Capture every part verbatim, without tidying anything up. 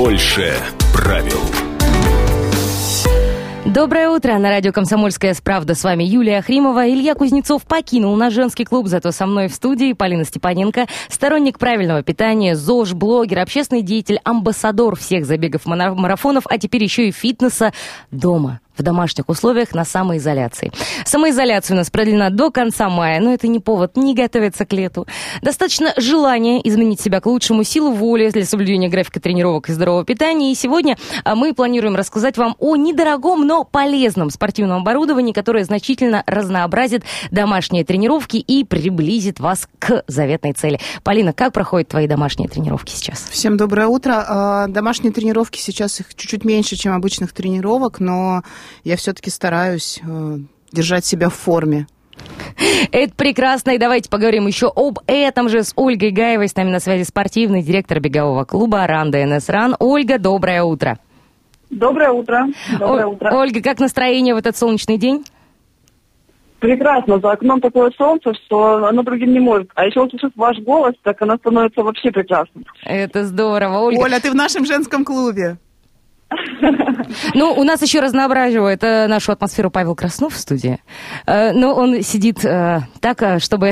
Больше правил. Доброе утро. На радио «Комсомольская правда» с вами Юлия Хримова. Илья Кузнецов покинул наш женский клуб, зато со мной в студии Полина Степаненко, сторонник правильного питания, ЗОЖ, блогер, общественный деятель, амбассадор всех забегов, марафонов, а теперь еще и фитнеса дома, в домашних условиях на самоизоляции. Самоизоляция у нас продлена до конца мая, но это не повод не готовиться к лету. Достаточно желания изменить себя к лучшему, силу воли для соблюдения графика тренировок и здорового питания. И сегодня мы планируем рассказать вам о недорогом, но полезном спортивном оборудовании, которое значительно разнообразит домашние тренировки и приблизит вас к заветной цели. Полина, как проходят твои домашние тренировки сейчас? Всем доброе утро. Домашние тренировки сейчас их чуть-чуть меньше, чем обычных тренировок, но я все-таки стараюсь э, держать себя в форме. Это прекрасно. И давайте поговорим еще об этом же с Ольгой Гаевой. С нами на связи спортивный директор бегового клуба Run ди эн эс Run. Ольга, доброе утро. Доброе утро. Доброе О- утро. Ольга, как настроение в этот солнечный день? Прекрасно. За окном такое солнце, что оно другим не может. А еще услышав ваш голос, так оно становится вообще прекрасным. Это здорово, Ольга. Оля, ты в нашем женском клубе. Ну, у нас еще разнообразивает э, нашу атмосферу Павел Краснов в студии. Э, но он сидит э, так, э, чтобы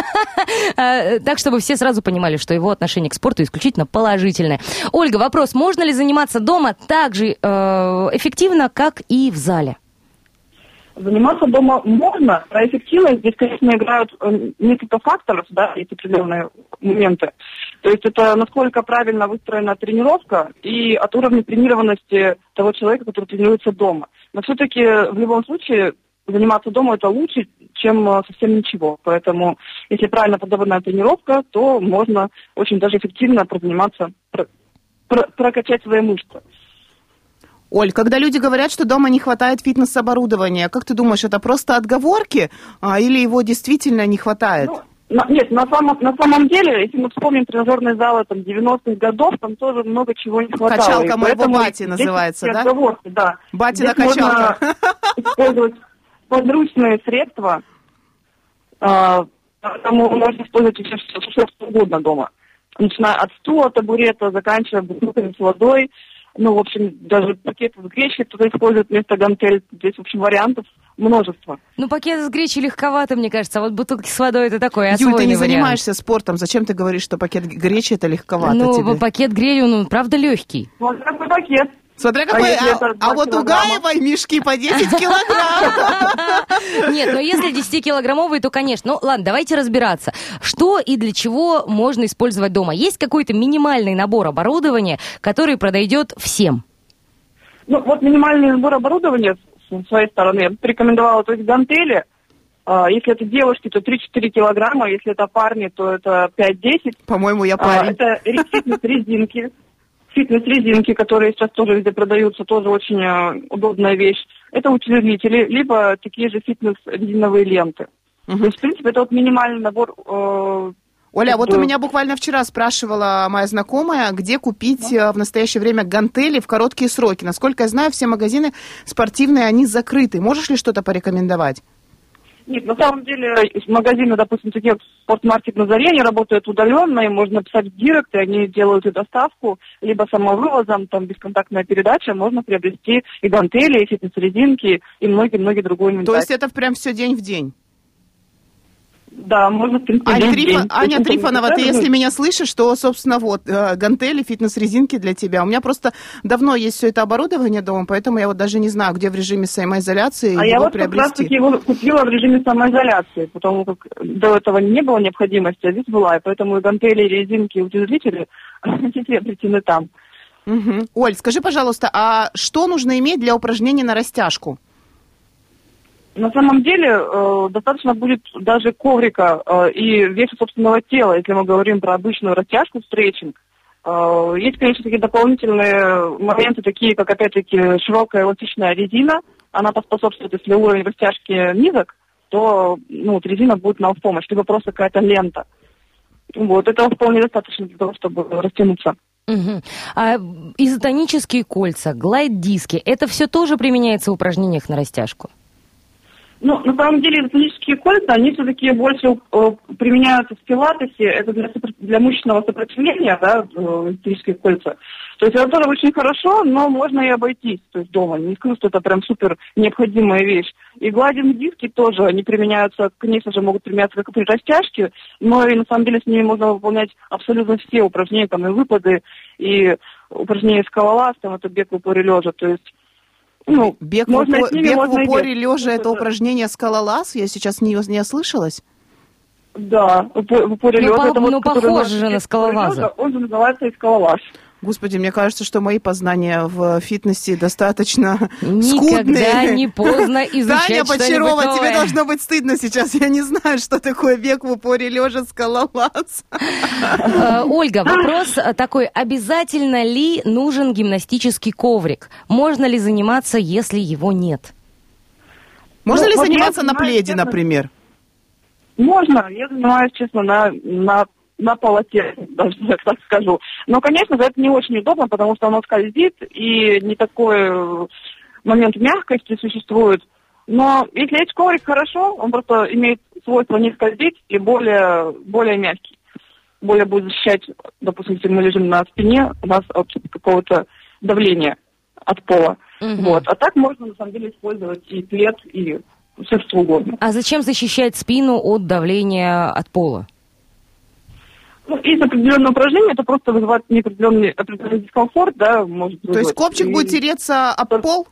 э, так, чтобы все сразу понимали, что его отношение к спорту исключительно положительное. Ольга, вопрос: можно ли заниматься дома так же э, эффективно, как и в зале? Заниматься дома можно, а эффективность здесь, конечно, играют э, несколько факторов, да, есть определенные моменты. То есть это насколько правильно выстроена тренировка и от уровня тренированности того человека, который тренируется дома. Но все-таки в любом случае заниматься дома это лучше, чем э, совсем ничего. Поэтому если правильно подобранная тренировка, то можно очень даже эффективно прозаниматься, про, про, прокачать свои мышцы. Оль, когда люди говорят, что дома не хватает фитнес-оборудования, как ты думаешь, это просто отговорки а, или его действительно не хватает? Ну, на, нет, на самом, на самом деле, если мы вспомним тренажерные залы там, девяностых годов, там тоже много чего не хватало. Качалка моего бати называется, да? Отговорки, да? Батина здесь качалка. Можно использовать подручные средства, а, поэтому можно использовать все, все, все что угодно дома. Начиная от стула, табурета, заканчивая бутылками с водой. Ну, в общем, даже пакет с гречкой кто-то использует вместо гантель. Здесь, в общем, вариантов множество. Ну, пакет с гречей легковато, мне кажется. А вот бутылки с водой — это такой Юль, освоенный ты не вариант. занимаешься спортом. Зачем ты говоришь, что пакет гречи это легковато ну, тебе? Ну, пакет гречи, он, правда, легкий. Вот такой пакет. Смотря какой, а, а, а вот у Гаевой мешки по десять килограмм. Нет, но если десятикилограммовые, то, конечно. Ну, ладно, давайте разбираться. Что и для чего можно использовать дома? Есть какой-то минимальный набор оборудования, который подойдет всем? Ну, вот минимальный набор оборудования с своей стороны я бы порекомендовала, то есть гантели. А, если это девушки, то три-четыре килограмма. Если это парни, то это пять-десять. По-моему, я парень. А, это фитнес-резинки. Фитнес-резинки, которые сейчас тоже везде продаются, тоже очень э, удобная вещь. Это утяжелители, либо такие же фитнес-резиновые ленты. Угу. То есть, в принципе, это вот минимальный набор. Э, Оля, вот у меня буквально вчера спрашивала моя знакомая, где купить да. в настоящее время гантели в короткие сроки. Насколько я знаю, все магазины спортивные, они закрыты. Можешь ли что-то порекомендовать? Нет, на самом деле магазины, допустим, такие как спортмаркет на Заре, они работают удаленно, им можно писать в директ, и они делают и доставку, либо самовывозом, там бесконтактная передача, можно приобрести и гантели, и фитнес-резинки, и многие-многие другой инвентарь. То есть это прям все день в день? Да, можно, в принципе, Аня, день Трифон, день. Аня Трифонова, ты если меня слышишь, то, собственно, вот, гантели, фитнес-резинки для тебя. У меня просто давно есть все это оборудование дома, поэтому я вот даже не знаю, где в режиме самоизоляции а его я вот приобрести. как раз-таки его купила в режиме самоизоляции, потому как до этого не было необходимости, а здесь была, и поэтому и гантели, и резинки, и утяжелители приобретены там. Угу. Оль, скажи, пожалуйста, а что нужно иметь для упражнений на растяжку? На самом деле э, достаточно будет даже коврика э, и веса собственного тела, если мы говорим про обычную растяжку, стретчинг. Э, есть, конечно, такие дополнительные моменты, такие как, опять-таки, широкая эластичная резина. Она поспособствует, если уровень растяжки низок, то ну, вот резина будет нам в помощь, либо просто какая-то лента. Вот, этого вполне достаточно для того, чтобы растянуться. Угу. А изотонические кольца, глайд-диски, это все тоже применяется в упражнениях на растяжку? Ну, на самом деле, изотонические кольца, они все-таки больше э, применяются в пилатесе, это для, для мышечного сопротивления, да, изотонические кольца. То есть это тоже очень хорошо, но можно и обойтись, то есть дома. Не скажу, что это прям супер необходимая вещь. И гладильные диски тоже, они применяются, конечно же, могут применяться как при растяжке, но и на самом деле с ними можно выполнять абсолютно все упражнения, там и выпады, и упражнения скалолаз, там это бег в упоре лежа, то есть ну, бег в, можно упор... ними, бег можно в упоре лежа это, это упражнение скалолаз? Я сейчас не, не ослышалась. Да, в упоре ну, лежа. по... Это вот, ну похоже же на скалолаза. Он же называется и скалолаз. Господи, мне кажется, что мои познания в фитнесе достаточно Никогда скудные. Никогда не поздно изучать Таня что-нибудь Бочарова, новое. тебе должно быть стыдно сейчас. Я не знаю, что такое бег в упоре лежа скалолаз. Ольга, вопрос такой. Обязательно ли нужен гимнастический коврик? Можно ли заниматься, если его нет? Можно ну, ли вот заниматься на занимаюсь, пледе, честно, например? Можно. Я занимаюсь, честно, на... на на полосе, даже так скажу. Но, конечно, это не очень удобно, потому что оно скользит, и не такой момент мягкости существует. Но если есть коврик, хорошо, он просто имеет свойство не скользить и более, более мягкий. Более будет защищать, допустим, если мы лежим на спине, у нас от какого-то давления от пола. Угу. Вот. А так можно, на самом деле, использовать и плед, и все что угодно. А зачем защищать спину от давления от пола? Ну, есть определенное упражнение, это просто вызывает неопределенный определенный дискомфорт, да, может вызвать. То есть копчик и... будет тереться об пол?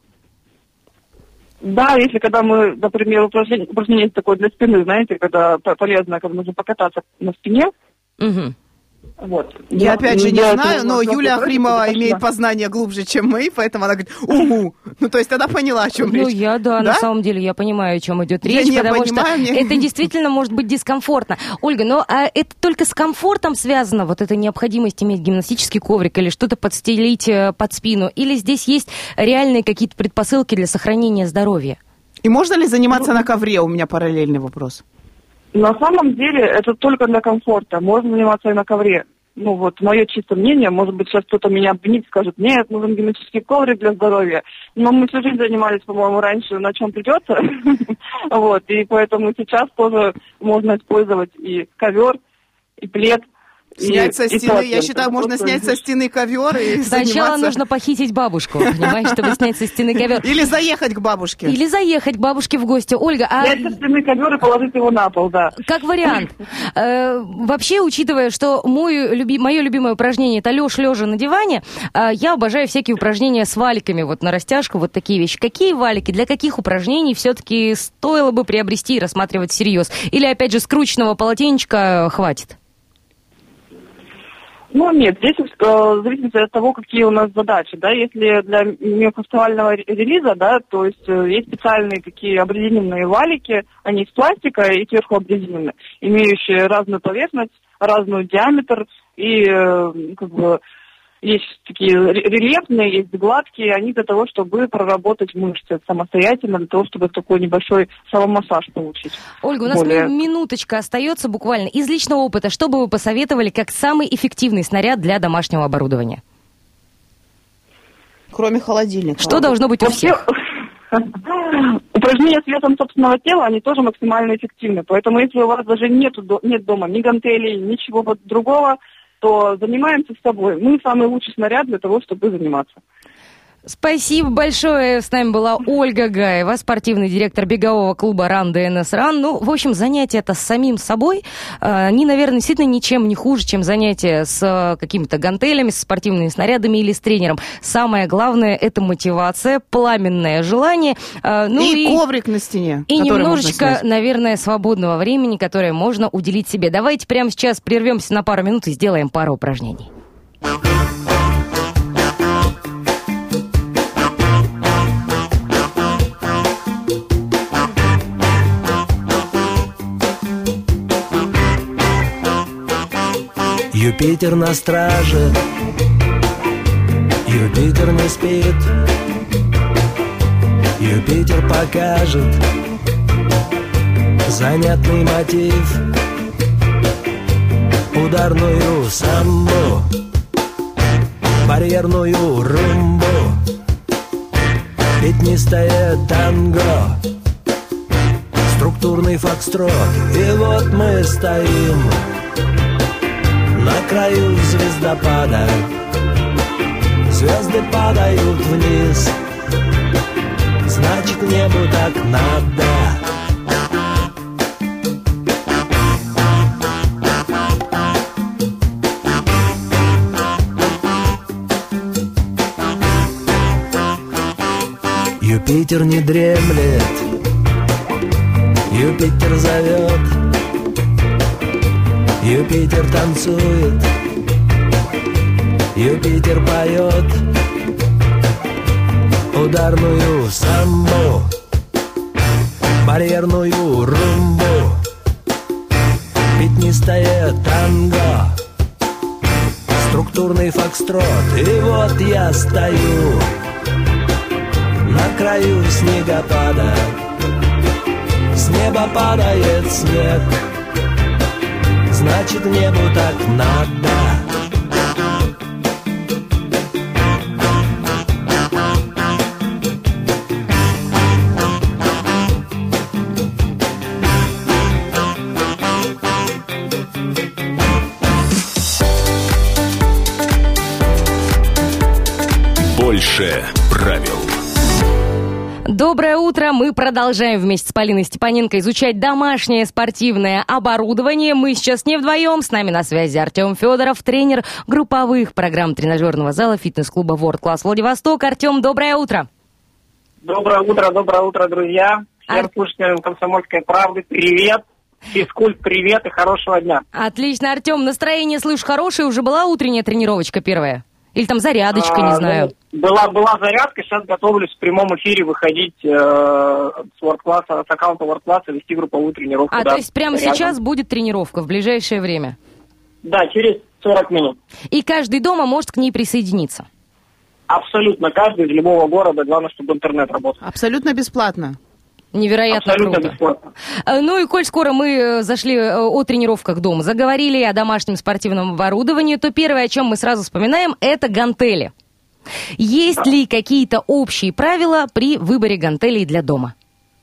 Да, если когда мы, например, упражнение, упражнение есть такое для спины, знаете, когда полезно, когда нужно покататься на спине. Угу. Вот. Я Я опять же не я знаю, но Юлия Ахримова точно. имеет познание глубже, чем мы, поэтому она говорит, угу. Ну, то есть она поняла, о чем ну, речь. Ну, я, да, да, на самом деле, я понимаю, о чем идет я речь, не потому понимаю, что мне... это действительно может быть дискомфортно. Ольга, но а это только с комфортом связано, вот эта необходимость иметь гимнастический коврик или что-то подстелить под спину? Или здесь есть реальные какие-то предпосылки для сохранения здоровья? И можно ли заниматься ну, на ковре? У меня параллельный вопрос. На самом деле это только для комфорта. Можно заниматься и на ковре. Ну вот, мое чистое мнение, может быть, сейчас кто-то меня обвинит, скажет, нет, нужен гимнастический коврик для здоровья. Но мы всю жизнь занимались, по-моему, раньше, на чем придется. Вот, и поэтому сейчас тоже можно использовать и ковер, и плед. Снять со стены, я считаю, можно снять со стены ковер и Сначала нужно похитить бабушку, понимаешь, чтобы снять со стены ковер. Или заехать к бабушке. Или заехать к бабушке в гости. Ольга, а... Снять со стены ковер и положить его на пол, да. Как вариант. Вообще, учитывая, что мое любимое упражнение это лёж лежа на диване, я обожаю всякие упражнения с валиками, вот на растяжку, вот такие вещи. Какие валики, для каких упражнений все-таки стоило бы приобрести и рассматривать всерьез? Или, опять же, скрученного полотенечка хватит? Ну, нет, здесь э, зависит от того, какие у нас задачи, да, если для миофасциального релиза, да, то есть э, есть специальные такие абразивные валики, они из пластика и сверху абразивные, имеющие разную поверхность, разный диаметр, и э, как бы есть такие рельефные, есть гладкие, они для того, чтобы проработать мышцы самостоятельно, для того, чтобы такой небольшой самомассаж получить. Ольга, у нас Более... минуточка остается буквально. Из личного опыта, что бы вы посоветовали как самый эффективный снаряд для домашнего оборудования? Кроме холодильника. Что должно быть у всех? Упражнения с весом собственного тела, они тоже максимально эффективны. Поэтому если у вас даже нет, нет дома ни гантелей, ничего другого, то занимаемся с собой. Мы самый лучший снаряд для того, чтобы заниматься. Спасибо большое. С нами была Ольга Гаева, спортивный директор бегового клуба Run ди эн эс Run. Ну, в общем, занятия это с самим собой, они, наверное, действительно ничем не хуже, чем занятия с какими-то гантелями, с спортивными снарядами или с тренером. Самое главное – это мотивация, пламенное желание. Ну, и, и коврик на стене. И немножечко, наверное, свободного времени, которое можно уделить себе. Давайте прямо сейчас прервемся на пару минут и сделаем пару упражнений. Юпитер на страже, Юпитер не спит, Юпитер покажет занятный мотив, ударную самбо, барьерную румбу, пятнистое танго, структурный фокстрот. И вот мы стоим на краю звездопада, звезды падают вниз, значит небу так надо. Юпитер не дремлет, Юпитер зовет, Юпитер танцует, Юпитер поет ударную самбу, барьерную румбу, пятнистое танго, структурный фокстрот. И вот я стою на краю снегопада, с неба падает снег, значит небу так надо. Больше правил. Доброе утро! Мы продолжаем вместе с Полиной Степаненко изучать домашнее спортивное оборудование. Мы сейчас не вдвоем. С нами на связи Артем Федоров, тренер групповых программ тренажерного зала фитнес-клуба World Class Владивосток. Артем, доброе утро! Доброе утро, доброе утро, друзья! Всем Ар... слушателям «Комсомольской правды» привет! Физкульт, привет и хорошего дня! Отлично, Артем, настроение, слышь, хорошее. Уже была утренняя тренировочка первая? Или там зарядочка, а, не знаю? Ну, была, была зарядка, сейчас готовлюсь в прямом эфире выходить э, с World Class, с аккаунта World Class, вести групповую тренировку. А, да, то есть прямо зарядом. сейчас будет тренировка в ближайшее время? Да, через сорок минут. И каждый дома может к ней присоединиться? Абсолютно, каждый из любого города, главное, чтобы интернет работал. Абсолютно бесплатно. Невероятно Абсолютно круто. бесплатно. Ну и коль скоро мы зашли о тренировках дома, заговорили о домашнем спортивном оборудовании, то первое, о чем мы сразу вспоминаем, это гантели. Есть ли какие-то общие правила при выборе гантелей для дома?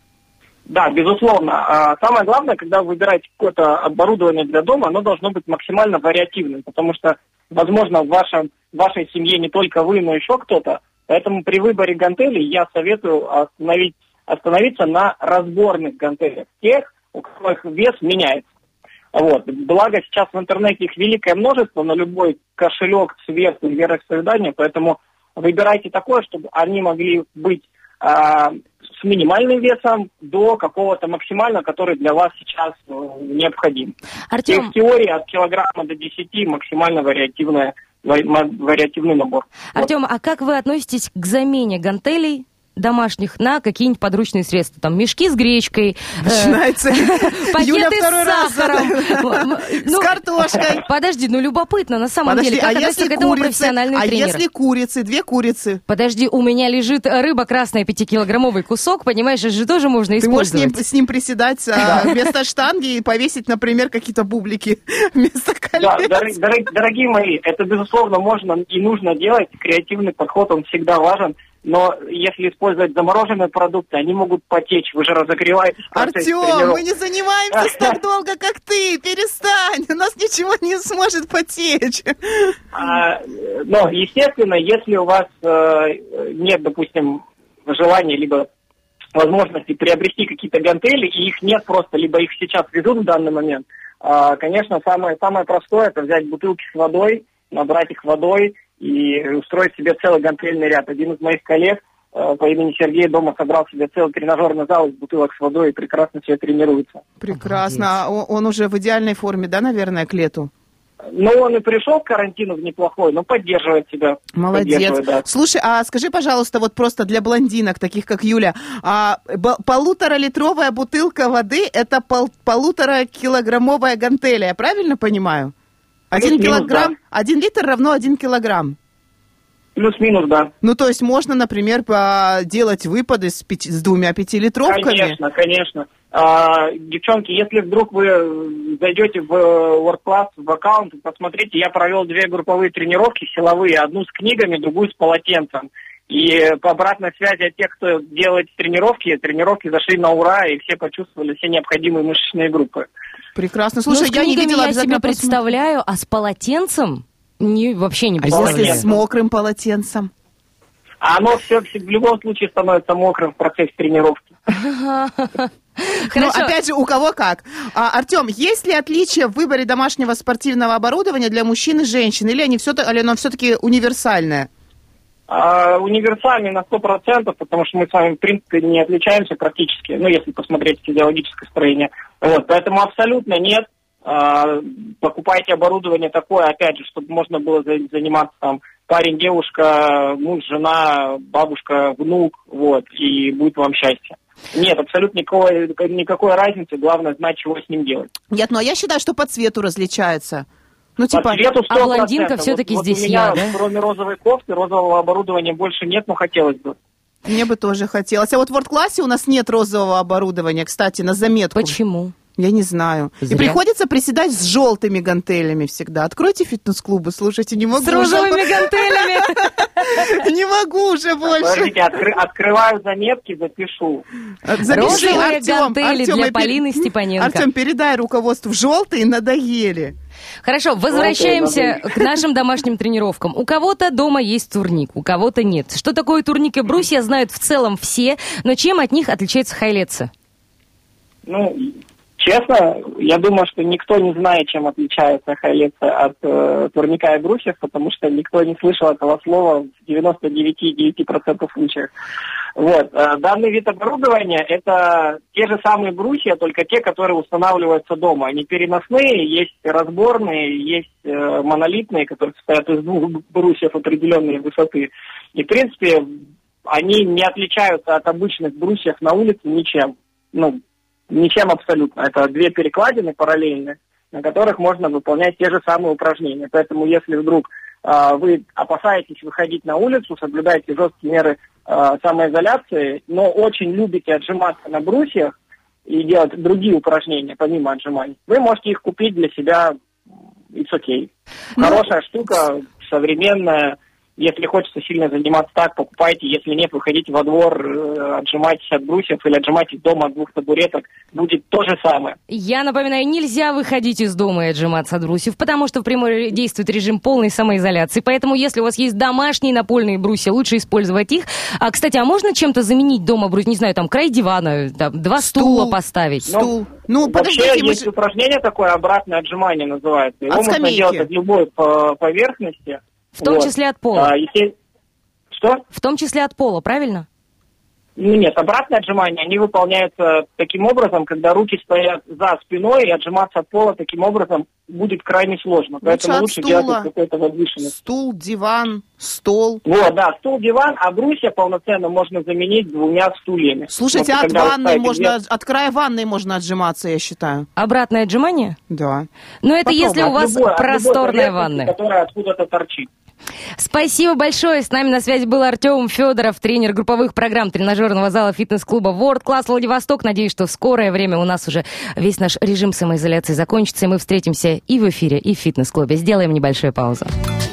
Да, безусловно. Самое главное, когда вы выбираете какое-то оборудование для дома, оно должно быть максимально вариативным, потому что, возможно, в, вашем, в вашей семье не только вы, но еще кто-то. Поэтому при выборе гантелей я советую остановить остановиться на разборных гантелях, тех, у которых вес меняется. Вот. Благо сейчас в интернете их великое множество, на любой кошелек, цвет и вероисповедание, поэтому выбирайте такое, чтобы они могли быть а, с минимальным весом до какого-то максимального, который для вас сейчас э, необходим. Артем... И в теории от килограмма до десяти максимально вариативная, вариативный набор. Артем, вот. А как вы относитесь к замене гантелей домашних на какие-нибудь подручные средства? Там мешки с гречкой, начинается пакеты с сахаром, с картошкой. Подожди, ну любопытно на самом деле. Как относится к этому профессиональный тренер? А если курицы, две курицы? Подожди, у меня лежит рыба красная, пятикилограммовый кусок, понимаешь, это же тоже можно использовать. Ты можешь с ним приседать вместо штанги и повесить, например, какие-то бублики вместо колец. Дорогие мои, это безусловно можно и нужно делать. Креативный подход, он всегда важен. Но если использовать замороженные продукты, они могут потечь. Вы же разогреваете. Артем, мы не занимаемся так долго, как ты. Перестань. У нас ничего не сможет потечь. А, но, естественно, если у вас э, нет, допустим, желания либо возможности приобрести какие-то гантели, и их нет просто, либо их сейчас везут в данный момент, э, конечно, самое, самое простое – это взять бутылки с водой, набрать их водой, и устроить себе целый гантельный ряд. Один из моих коллег э, по имени Сергей дома собрал себе целый тренажерный зал из бутылок с водой и прекрасно себе тренируется. Прекрасно. Он, он уже в идеальной форме, да, наверное, к лету? Ну, он и пришел к карантину в неплохой, но поддерживает себя. Молодец. Да. Слушай, а скажи, пожалуйста, вот просто для блондинок, таких как Юля, а, б- полуторалитровая бутылка воды – это пол- полуторакилограммовая гантеля, я правильно понимаю? Один Плюс-минус, килограмм, да. один литр равно один килограмм. Плюс-минус, да. Ну, то есть можно, например, делать выпады с, пяти, с двумя пятилитровками? Конечно, конечно. А, девчонки, если вдруг вы зайдете в World Class, в аккаунт, посмотрите, я провел две групповые тренировки силовые, одну с книгами, другую с полотенцем. И по обратной связи от тех, кто делает тренировки, тренировки зашли на ура, и все почувствовали все необходимые мышечные группы. Прекрасно. Слушай, ну, я не видела, я себе представляю, а с полотенцем? Не, вообще не А представляю. если с мокрым полотенцем? А оно все в любом случае становится мокрым в процессе тренировки. Ну, опять же, у кого как. А, Артем, есть ли отличия в выборе домашнего спортивного оборудования для мужчин и женщин? Или, они все, или оно все-таки универсальное? А, универсальный на сто процентов, потому что мы с вами, в принципе, не отличаемся практически, ну, если посмотреть физиологическое строение. Вот, поэтому абсолютно нет. А, покупайте оборудование такое, опять же, чтобы можно было заниматься там парень, девушка, муж, жена, бабушка, внук, вот, и будет вам счастье. Нет, абсолютно никакой, никакой разницы, главное знать, чего с ним делать. Нет, ну а я считаю, что по цвету различается. Ну, По типа, цвету сто процентов. А блондинка все-таки вот, здесь вот у меня, я, да? кроме розовой кофты, розового оборудования больше нет, но хотелось бы. мне бы тоже хотелось. А вот в World-классе у нас нет розового оборудования, кстати, на заметку. Почему? Я не знаю. Зря. И приходится приседать с желтыми гантелями всегда. Откройте фитнес-клубы, слушайте, не могу. С розовыми гантелями. Не могу уже больше. Подождите, откры- открываю заметки, запишу. Запиши, Розовые Артем, гантели Артем, для и пер- Полины Степаненко. Артем, передай руководству, желтые надоели. Хорошо, возвращаемся к нашим домашним тренировкам. У кого-то дома есть турник, у кого-то нет. Что такое турник и брусья, знают в целом все, но чем от них отличаются хайлетсы? Ну, честно, я думаю, что никто не знает, чем отличаются хайлетсы от э, турника и брусьев, потому что никто не слышал этого слова в девяносто девять целых девять десятых процента случаев. Вот. Э, данный вид оборудования – это те же самые брусья, только те, которые устанавливаются дома. Они переносные, есть разборные, есть э, монолитные, которые состоят из двух брусьев определенной высоты. И, в принципе, они не отличаются от обычных брусьев на улице ничем. Ну, ничем абсолютно. Это две перекладины параллельные, на которых можно выполнять те же самые упражнения. Поэтому, если вдруг э, вы опасаетесь выходить на улицу, соблюдаете жесткие меры э, самоизоляции, но очень любите отжиматься на брусьях и делать другие упражнения, помимо отжиманий, вы можете их купить для себя, it's okay. Хорошая штука, современная. Если хочется сильно заниматься так, покупайте. Если нет, выходите во двор, э, отжимайтесь от брусьев или отжимайтесь дома от двух табуреток. Будет то же самое. Я напоминаю, нельзя выходить из дома и отжиматься от брусьев, потому что в прямой действует режим полной самоизоляции. Поэтому, если у вас есть домашние напольные брусья, лучше использовать их. А, кстати, а можно чем-то заменить дома брусья? Не знаю, там, край дивана, там, два Стул. стула поставить? Стул. Ну, Вообще подождите, мы есть же- упражнение такое, обратное отжимание называется. Его От можно скамейки. делать от любой по- поверхности. В том Вот. числе от пола? А, если- Что? В том числе от пола, правильно? Ну, нет, обратное отжимание, они выполняются таким образом, когда руки стоят за спиной, и отжиматься от пола таким образом будет крайне сложно. Поэтому от лучше стула. делать какой-то возвышенный. Стул, диван, стол. Вот, да, стул, диван, а брусья полноценно можно заменить двумя стульями. Слушайте, Вот, от когда вы ванной ставите можно, вверх- от края ванной можно отжиматься, я считаю. Обратное отжимание? Да. Но это Попробуй, если у от вас любой- от любой просторная поверхности, ванна. которая откуда-то торчит. Спасибо большое. С нами на связи был Артем Федоров, тренер групповых программ тренажерного зала фитнес-клуба World Class Владивосток. Надеюсь, что в скорое время у нас уже весь наш режим самоизоляции закончится, и мы встретимся и в эфире, и в фитнес-клубе. Сделаем небольшую паузу.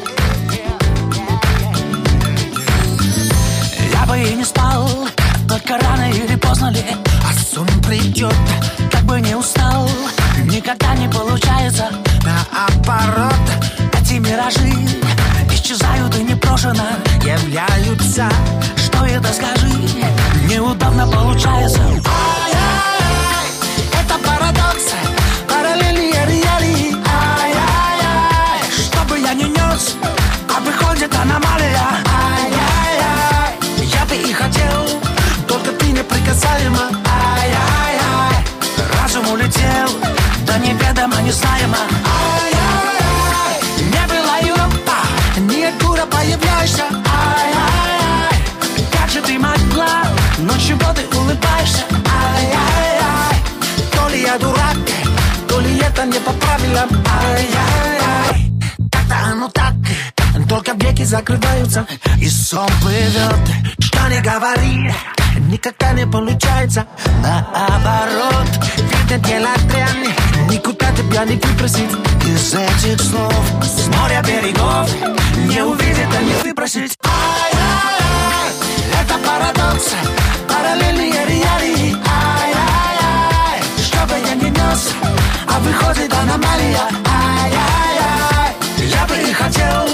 Я бы и не спал, только рано или поздно ли, а сон придет, как бы не устал. Никогда не получается, наоборот, эти миражи исчезают и непрошено являются. Что это, скажи, неудобно получается. Ай-яй-яй, это парадокс, параллельные реалии. Ай-яй-яй, что бы я ни нес, а выходит аномалия. Ай-яй-яй, я бы и хотел, только ты неприкасаема. Ай-яй-яй, разум улетел, да неведомо, незнаемо. Ай-яй-яй, не было юрпа, ниоткуда появляешься. Ай-яй-яй, как же ты могла, но чего ты улыбаешься? Ай-яй-яй, то ли я дурак, то ли это не по правилам. Ай-яй-яй, как-то оно так, только веки закрываются и сон плывет. Что ни говори, никогда не получается. Наоборот, видно дело дрянь, никуда тебя не выбросить из этих слов. С моря берегов не увидит, а не выбросить. Ай-яй-яй, это парадокс, параллельные реалии. Ай-яй-яй, что бы я ни нес, а выходит аномалия. Ай-яй-яй, я бы и хотел,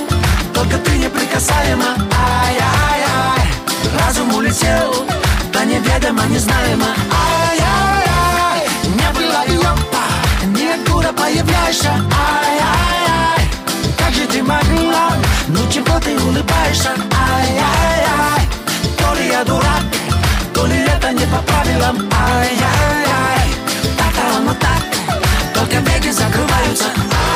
появляешься, ай-яй-яй. Как же ты могла, ну чего ты улыбаешься, ай-яй-яй. То ли я дурак, то ли это не по правилам, ай-яй-яй. Так-то оно так, только веки закрываются.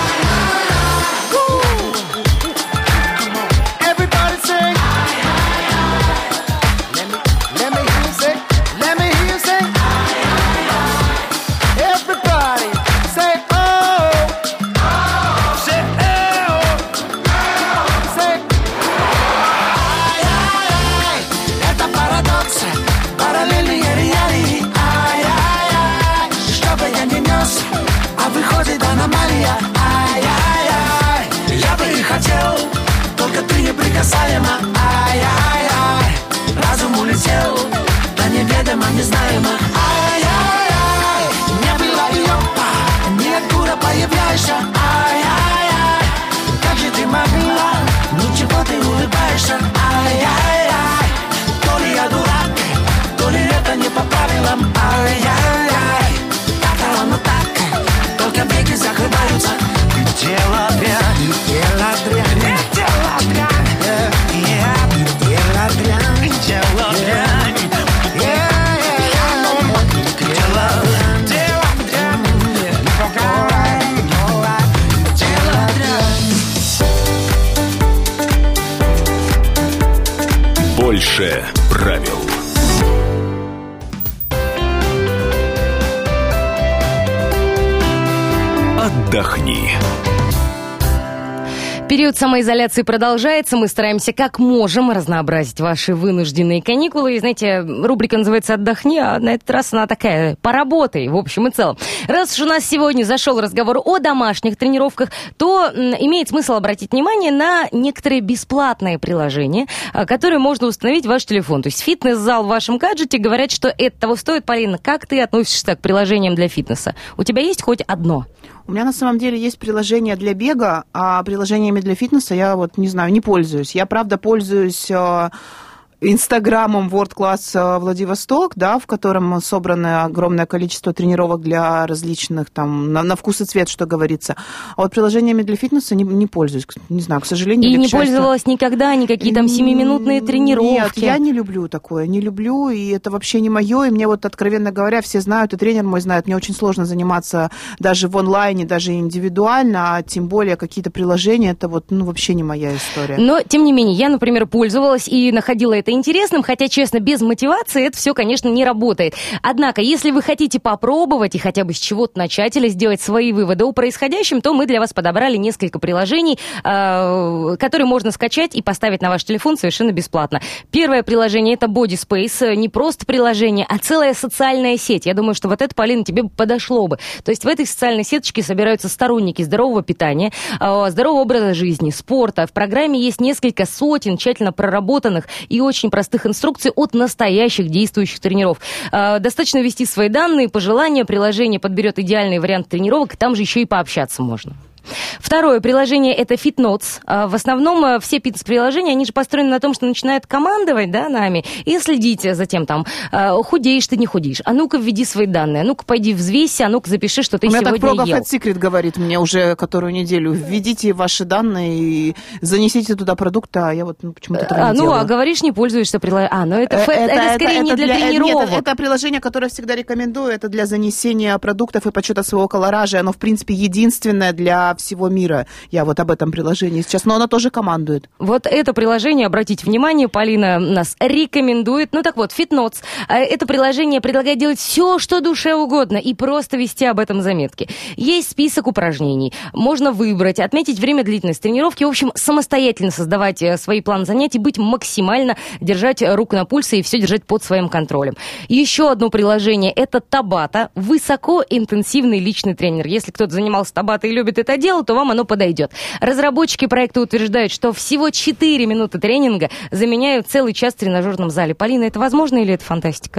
Только ты неприкасаема, ай-яй-яй. Разум улетел, да неведомо, незнаемо, ай-яй-яй. Не было и опа, ниоткуда появляешься, ай-яй-яй. Как же ты могла, ну чего ты улыбаешься, ай-яй-яй. То ли я дурак, то ли это не по правилам, ай-яй-яй. Так-то оно так, только веки закрываются. Дело дрянь, дело дрянь, дело дрянь, дело дрянь, дело дрянь, Больше правил. Отдохни. Период самоизоляции продолжается. Мы стараемся как можем разнообразить ваши вынужденные каникулы. И, знаете, рубрика называется «Отдохни», а на этот раз она такая «Поработай», в общем и целом. Раз уж у нас сегодня зашел разговор о домашних тренировках, то имеет смысл обратить внимание на некоторые бесплатные приложения, которые можно установить в ваш телефон. То есть фитнес-зал в вашем гаджете, говорят, что это того стоит. Полина, как ты относишься к приложениям для фитнеса? У тебя есть хоть одно? У меня на самом деле есть приложение для бега, а приложениями для фитнеса я вот не знаю, не пользуюсь. Я, правда, пользуюсь инстаграмом World Class Владивосток, да, в котором собрано огромное количество тренировок для различных, там, на, на вкус и цвет, что говорится. А вот приложениями для фитнеса не, не пользуюсь, не знаю, к сожалению. И не счастью. Пользовалась никогда, никакие там семиминутные тренировки? Нет, я не люблю такое, не люблю, и это вообще не мое, и мне вот, откровенно говоря, все знают, и тренер мой знает, мне очень сложно заниматься даже в онлайне, даже индивидуально, а тем более какие-то приложения, это вот, ну, вообще не моя история. Но, тем не менее, я, например, пользовалась и находила это интересным, хотя, честно, без мотивации это все, конечно, не работает. Однако, если вы хотите попробовать и хотя бы с чего-то начать или сделать свои выводы о происходящем, то мы для вас подобрали несколько приложений, которые можно скачать и поставить на ваш телефон совершенно бесплатно. Первое приложение — это Body Space. Не просто приложение, а целая социальная сеть. Я думаю, что вот это, Полина, тебе подошло бы. То есть в этой социальной сеточке собираются сторонники здорового питания, здорового образа жизни, спорта. В программе есть несколько сотен тщательно проработанных и очень простых инструкций от настоящих действующих тренеров. Достаточно ввести свои данные, пожелания, приложение подберет идеальный вариант тренировок, там же еще и пообщаться можно. Второе приложение — это FitNotes. В основном все фитнес-приложения, они же построены на том, что начинают командовать, да, нами и следить за тем, там, худеешь ты, не худеешь. А ну-ка введи свои данные, а ну-ка пойди взвейся, а ну-ка запиши, что ты сегодня ел. У меня так Prog Fat Secret говорит мне уже которую неделю. Введите ваши данные и занесите туда продукты, а я вот ну, почему-то этого а, не ну, делаю. а говоришь, не пользуешься приложением. А, ну это, это, это, это скорее это не для, для тренировок. Нет, это, это приложение, которое всегда рекомендую, это для занесения продуктов и подсчета своего колоража. Оно, в принципе, единственное для всего мира. Я вот об этом приложении сейчас, но оно тоже командует. Вот это приложение, обратите внимание, Полина нас рекомендует. Ну так вот, FitNotes. Это приложение предлагает делать все, что душе угодно, и просто вести об этом заметки. Есть список упражнений, можно выбрать, отметить время, длительность тренировки. В общем, самостоятельно создавать свои планы занятий, быть максимально, держать руку на пульсе и все держать под своим контролем. Еще одно приложение — это Tabata. Высокоинтенсивный личный тренер. Если кто-то занимался Tabata и любит это дело, то вам оно подойдет. Разработчики проекта утверждают, что всего четыре минуты тренинга заменяют целый час в тренажерном зале. Полина, это возможно или это фантастика?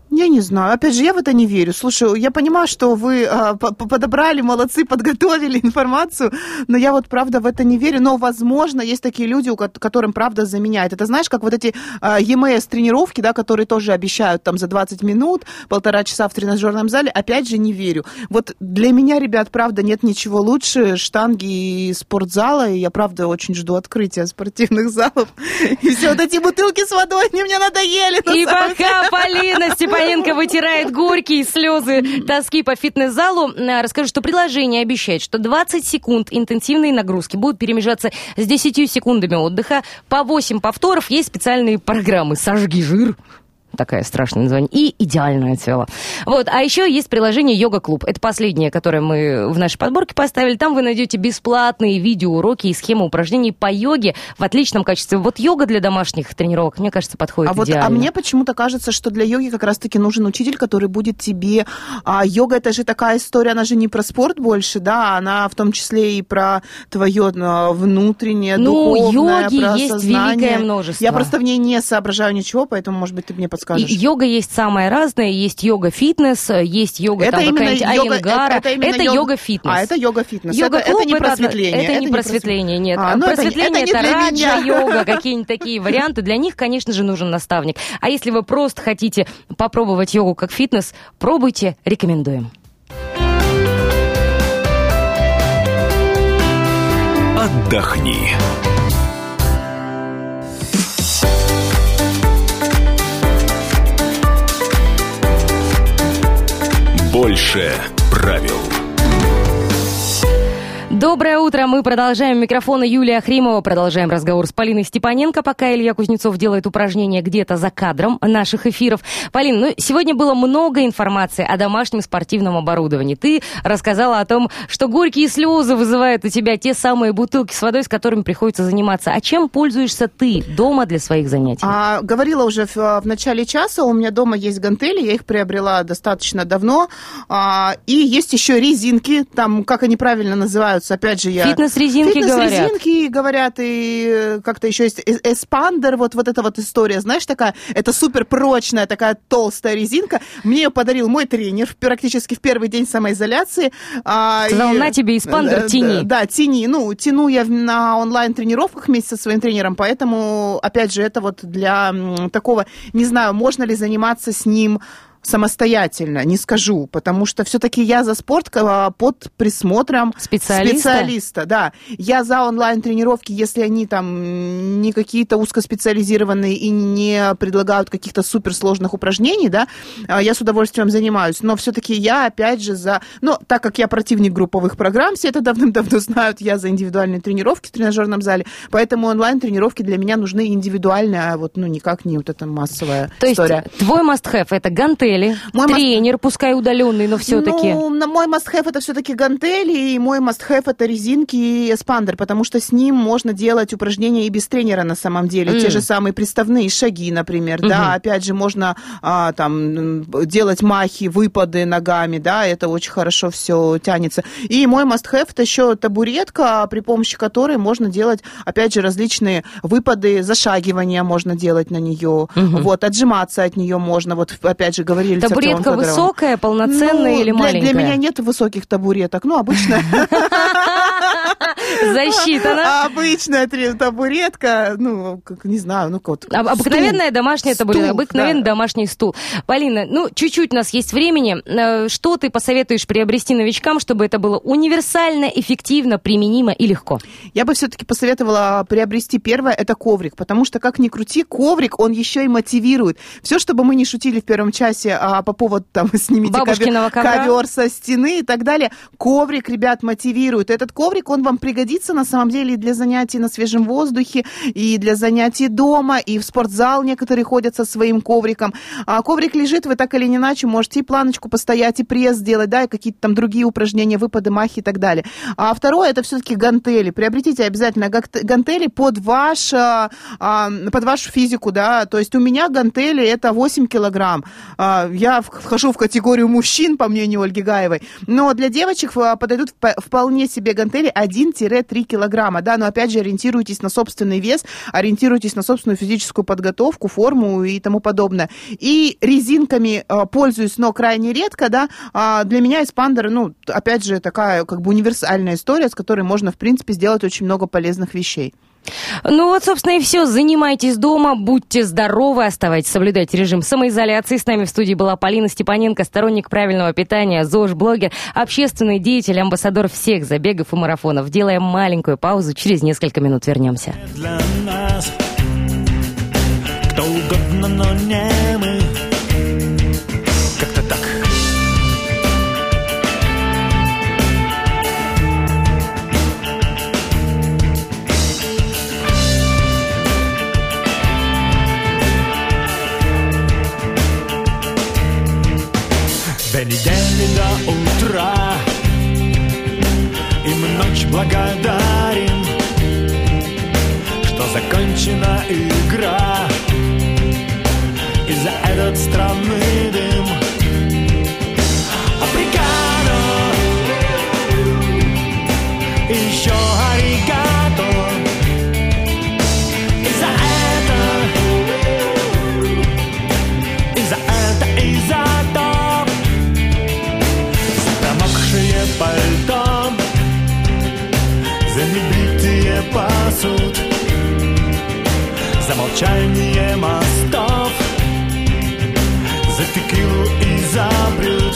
Я не знаю. Опять же, я в это не верю. Слушай, я понимаю, что вы а, подобрали, молодцы, подготовили информацию, но я вот, правда, в это не верю. Но, возможно, есть такие люди, у которым, правда, заменяет. Это, знаешь, как вот эти а, и эм эс-тренировки, да, которые тоже обещают там за двадцать минут, полтора часа в тренажерном зале. Опять же, не верю. Вот для меня, ребят, правда, нет ничего лучше штанги и спортзала. И я, правда, очень жду открытия спортивных залов. И все вот эти бутылки с водой, они мне надоели. И пока Полина Степаненко вытирает горькие слезы тоски по фитнес-залу, расскажу, что приложение обещает, что двадцать секунд интенсивной нагрузки будут перемежаться с десятью секундами отдыха, по восемь повторов, есть специальные программы «Сожги жир». Такое страшное название. И идеальное тело. Вот. А еще есть приложение «Йога-клуб». Это последнее, которое мы в нашей подборке поставили. Там вы найдете бесплатные видеоуроки и схемы упражнений по йоге в отличном качестве. Вот йога для домашних тренировок, мне кажется, подходит а идеально. Вот, а мне почему-то кажется, что для йоги как раз-таки нужен учитель, который будет тебе... А, йога — это же такая история, она же не про спорт больше, да, она в том числе и про твое внутреннее, ну, духовное, йоги про есть сознание. Великое множество. Я просто в ней не соображаю ничего, поэтому, может быть, ты мне подскажешь. И йога есть самая разная, есть йога-фитнес, есть йога, это там какая-нибудь Айенгара. Это, это, это йога-фитнес. А, это йога-фитнес. Йога-клуб, это, это не просветление. Это, это не просветление, нет. А, ну просветление это, это, это раджа-йога, меня. какие-нибудь такие варианты. Для них, конечно же, нужен наставник. А если вы просто хотите попробовать йогу как фитнес, пробуйте, рекомендуем. Отдохни. Больше правил. Доброе утро, мы продолжаем. Микрофон Юлия Хримова. Продолжаем разговор с Полиной Степаненко, пока Илья Кузнецов делает упражнения где-то за кадром наших эфиров. Полин, ну, сегодня было много информации о домашнем спортивном оборудовании. Ты рассказала о том, что горькие слезы вызывают у тебя те самые бутылки с водой, с которыми приходится заниматься. А чем пользуешься ты дома для своих занятий? А, говорила уже в, в начале часа, у меня дома есть гантели, я их приобрела достаточно давно. А, и есть еще резинки, там, как они правильно называются, опять же, я... Фитнес-резинки, Фитнес-резинки говорят, и как-то еще есть эспандер, вот, вот эта вот история, знаешь, такая, это супер прочная, такая толстая резинка. Мне ее подарил мой тренер практически в первый день самоизоляции. Сказал, и... на тебе эспандер, тяни. Да, да, тяни. Ну, тяну я на онлайн-тренировках вместе со своим тренером, поэтому, опять же, это вот для такого, не знаю, можно ли заниматься с ним самостоятельно, не скажу, потому что все-таки я за спорт под присмотром специалиста. специалиста, да. Я за онлайн-тренировки, если они там не какие-то узкоспециализированные и не предлагают каких-то суперсложных упражнений, да, я с удовольствием занимаюсь. Но все-таки я, опять же, за... Ну, так как я противник групповых программ, все это давным-давно знают, я за индивидуальные тренировки в тренажерном зале, поэтому онлайн-тренировки для меня нужны индивидуальные, а вот, ну, никак не вот эта массовая То история. То есть твой must-have — это гантели, мой тренер, must... пускай удаленный, но все-таки. Ну, на мой must-have это все-таки гантели, и мой must-have это резинки и эспандер, потому что с ним можно делать упражнения и без тренера на самом деле. Mm. Те же самые приставные шаги, например, mm-hmm. да, опять же, можно а, там делать махи, выпады ногами, да, это очень хорошо все тянется. И мой must-have это еще табуретка, при помощи которой можно делать, опять же, различные выпады, зашагивания можно делать на нее, mm-hmm. вот, отжиматься от нее можно, вот, опять же, говорили. Табуретка высокая, полноценная ну, или для, маленькая? Для меня нет высоких табуреток, ну, обычная. Засчитано. Обычная табуретка, ну, как, не знаю, ну, вот. Обыкновенная домашняя табуретка, обыкновенный домашний стул. Полина, ну, чуть-чуть у нас есть времени. Что ты посоветуешь приобрести новичкам, чтобы это было универсально, эффективно, применимо и легко? Я бы все-таки посоветовала приобрести первое, это коврик, потому что, как ни крути, коврик, он еще и мотивирует. Все, чтобы мы не шутили в первом часе а, по поводу, там, снимите ковер, ковер со стены и так далее, коврик, ребят, мотивирует. Этот коврик, он вам пригодится, на самом деле, и для занятий на свежем воздухе, и для занятий дома, и в спортзал некоторые ходят со своим ковриком. А коврик лежит, вы так или иначе можете и планочку постоять, и пресс сделать, да, и какие-то там другие упражнения, выпады, махи и так далее. А второе, это все-таки гантели. Приобретите обязательно гантели под, ваш, под вашу физику, да, то есть у меня гантели это восемь килограмм. Я вхожу в категорию мужчин, по мнению Ольги Гаевой, но для девочек подойдут вполне себе гантели один-три килограмма, да, но опять же ориентируйтесь на собственный вес, ориентируйтесь на собственную физическую подготовку, форму и тому подобное. И резинками э, пользуюсь, но крайне редко, да, а для меня эспандер, ну, опять же, такая как бы универсальная история, с которой можно, в принципе, сделать очень много полезных вещей. Ну вот, собственно, и все. Занимайтесь дома, будьте здоровы, оставайтесь, соблюдайте режим самоизоляции. С нами в студии была Полина Степаненко, сторонник правильного питания, ЗОЖ-блогер, общественный деятель, амбассадор всех забегов и марафонов. Делаем маленькую паузу, через несколько минут вернемся. Для нас кто угодно, но не мы. Как-то так. До недели до утра, и мы ночь благодарим, что закончена игра, и за этот странный дым. Оприкано, и еще аригато, и за это, и за это, и за то. Промокшие пальто, за небритые посуд, за молчание мостов, за текилу и за блюд.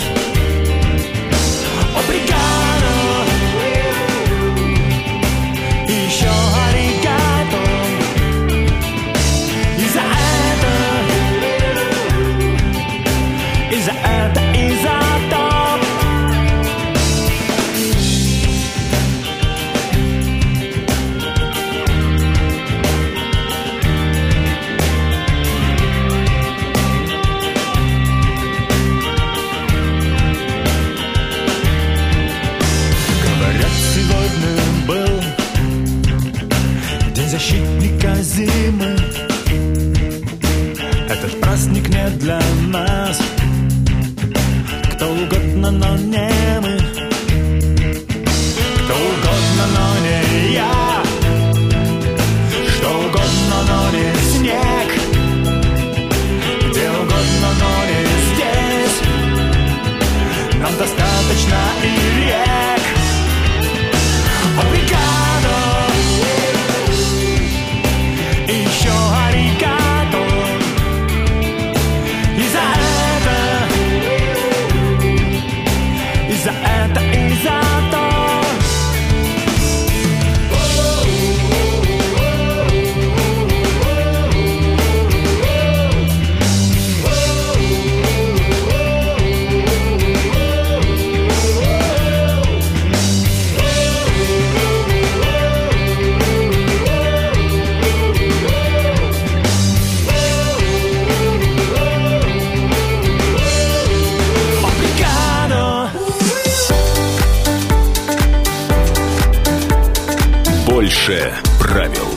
Обригано, и еще аригато, и за это, и за это, и за то. Защитника зимы. Этот праздник не для нас. Кто угодно, но не мы. Кто угодно, но не я. Что угодно, но не снег. Где угодно, но не здесь. Нам достаточно и рек. Обригадо. Еще аригато, и за это, и за это, и за то. Больше правил.